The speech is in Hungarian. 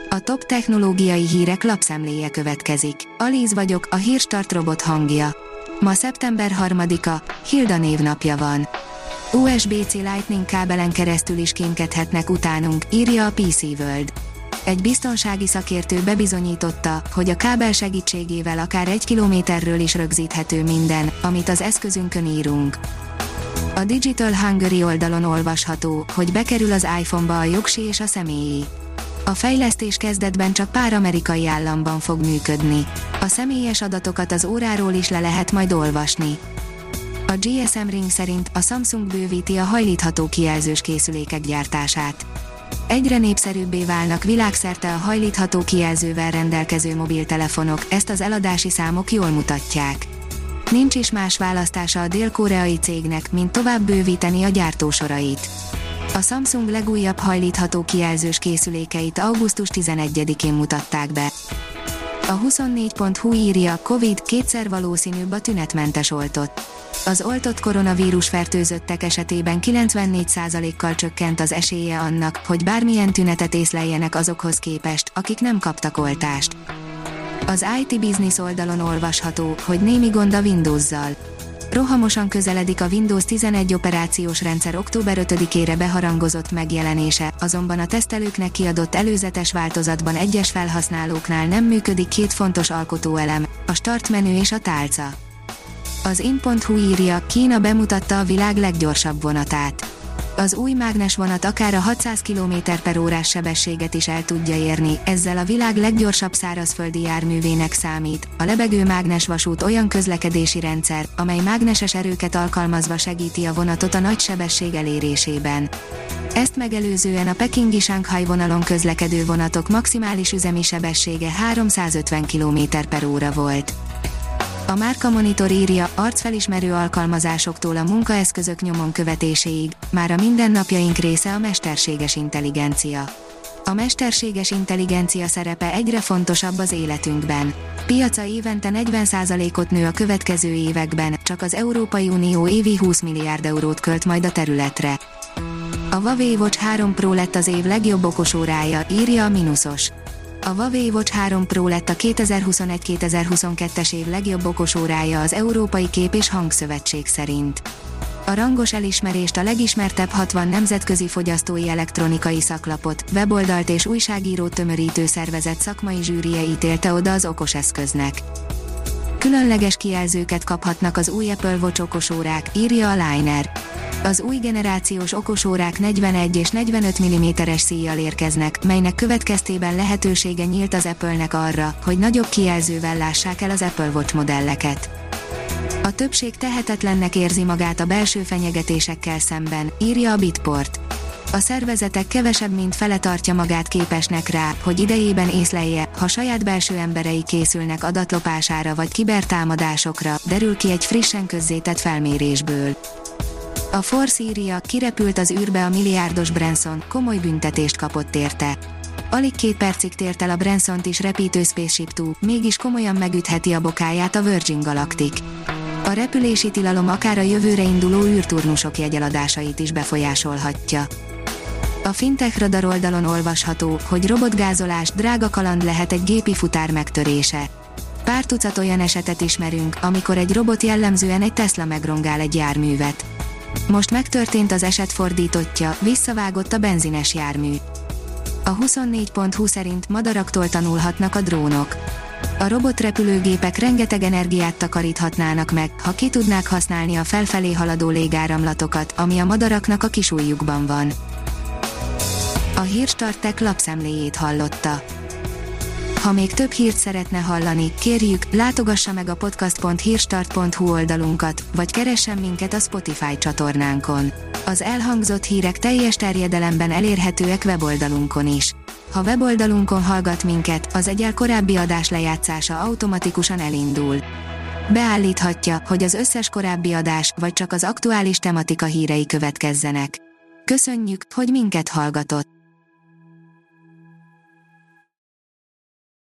A top technológiai hírek lapszemléje következik. Alíz vagyok, a Hírstart robot hangja. Ma szeptember 3-a, Hilda névnapja van. USB-C Lightning kábelen keresztül is kémkedhetnek utánunk, írja a PC World. Egy biztonsági szakértő bebizonyította, hogy a kábel segítségével akár 1 kilométerről is rögzíthető minden, amit az eszközünkön írunk. A Digital Hungary oldalon olvasható, hogy bekerül az iPhone-ba a jogsi és a személyi. A fejlesztés kezdetben csak pár amerikai államban fog működni. A személyes adatokat az óráról is le lehet majd olvasni. A GSM Ring szerint a Samsung bővíti a hajlítható kijelzős készülékek gyártását. Egyre népszerűbbé válnak világszerte a hajlítható kijelzővel rendelkező mobiltelefonok, ezt az eladási számok jól mutatják. Nincs is más választása a dél-koreai cégnek, mint tovább bővíteni a gyártósorait. A Samsung legújabb hajlítható kijelzős készülékeit augusztus 11-én mutatták be. A 24.hu írja, Covid, kétszer valószínűbb a tünetmentes oltott. Az oltott koronavírus fertőzöttek esetében 94%-kal csökkent az esélye annak, hogy bármilyen tünetet észleljenek azokhoz képest, akik nem kaptak oltást. Az IT Business oldalon olvasható, hogy némi gond a Windows-zal. Rohamosan közeledik a Windows 11 operációs rendszer október 5-ére beharangozott megjelenése, azonban a tesztelőknek kiadott előzetes változatban egyes felhasználóknál nem működik két fontos alkotóelem, a Start menü és a tálca. Az in.hu írja, Kína bemutatta a világ leggyorsabb vonatát. Az új mágnesvonat akár a 600 km/h sebességet is el tudja érni, ezzel a világ leggyorsabb szárazföldi járművének számít. A lebegő mágnesvasút olyan közlekedési rendszer, amely mágneses erőket alkalmazva segíti a vonatot a nagy sebesség elérésében. Ezt megelőzően a pekingi Shanghai vonalon közlekedő vonatok maximális üzemi sebessége 350 km/h volt. A Márka Monitor írja, arcfelismerő alkalmazásoktól a munkaeszközök nyomon követéséig, már a mindennapjaink része a mesterséges intelligencia. A mesterséges intelligencia szerepe egyre fontosabb az életünkben. Piaca évente 40%-ot nő a következő években, csak az Európai Unió évi 20 milliárd eurót költ majd a területre. A Huawei Watch 3 Pro lett az év legjobb okosórája, írja a Minusos. A Huawei Watch 3 Pro lett a 2021-2022-es év legjobb okosórája az Európai Kép- és Hangszövetség szerint. A rangos elismerést a legismertebb 60 nemzetközi fogyasztói elektronikai szaklapot, weboldalt és újságírót tömörítő szervezet szakmai zsűrije ítélte oda az okoseszköznek. Különleges kijelzőket kaphatnak az új Apple Watch okosórák, írja a Liner. Az új generációs okosórák 41 és 45 mm-es szíjjal érkeznek, melynek következtében lehetősége nyílt az Apple-nek arra, hogy nagyobb kijelzővel lássák el az Apple Watch modelleket. A többség tehetetlennek érzi magát a belső fenyegetésekkel szemben, írja a Bitport. A szervezetek kevesebb mint fele tartja magát képesnek rá, hogy idejében észlelje, ha saját belső emberei készülnek adatlopására vagy kibertámadásokra, derül ki egy frissen közzétett felmérésből. A Force írja, kirepült az űrbe a milliárdos Branson, komoly büntetést kapott érte. Alig 2 percig tért el a Bransont is repítő Spaceship Two, mégis komolyan megütheti a bokáját a Virgin Galactic. A repülési tilalom akár a jövőre induló űrturnusok jegyeladásait is befolyásolhatja. A Fintech Radar oldalon olvasható, hogy robotgázolás drága kaland lehet egy gépi futár megtörése. Pár tucat olyan esetet ismerünk, amikor egy robot jellemzően egy Tesla megrongál egy járművet. Most megtörtént az eset fordítottja, visszavágott a benzines jármű. A 24.hu szerint madaraktól tanulhatnak a drónok. A robotrepülőgépek rengeteg energiát takaríthatnának meg, ha ki tudnák használni a felfelé haladó légáramlatokat, ami a madaraknak a kisujjukban van. A Hírstart Tech lapszemléjét hallotta. Ha még több hírt szeretne hallani, kérjük, látogassa meg a podcast.hírstart.hu oldalunkat, vagy keressen minket a Spotify csatornánkon. Az elhangzott hírek teljes terjedelemben elérhetőek weboldalunkon is. Ha weboldalunkon hallgat minket, az egyel korábbi adás lejátszása automatikusan elindul. Beállíthatja, hogy az összes korábbi adás, vagy csak az aktuális tematika hírei következzenek. Köszönjük, hogy minket hallgatott!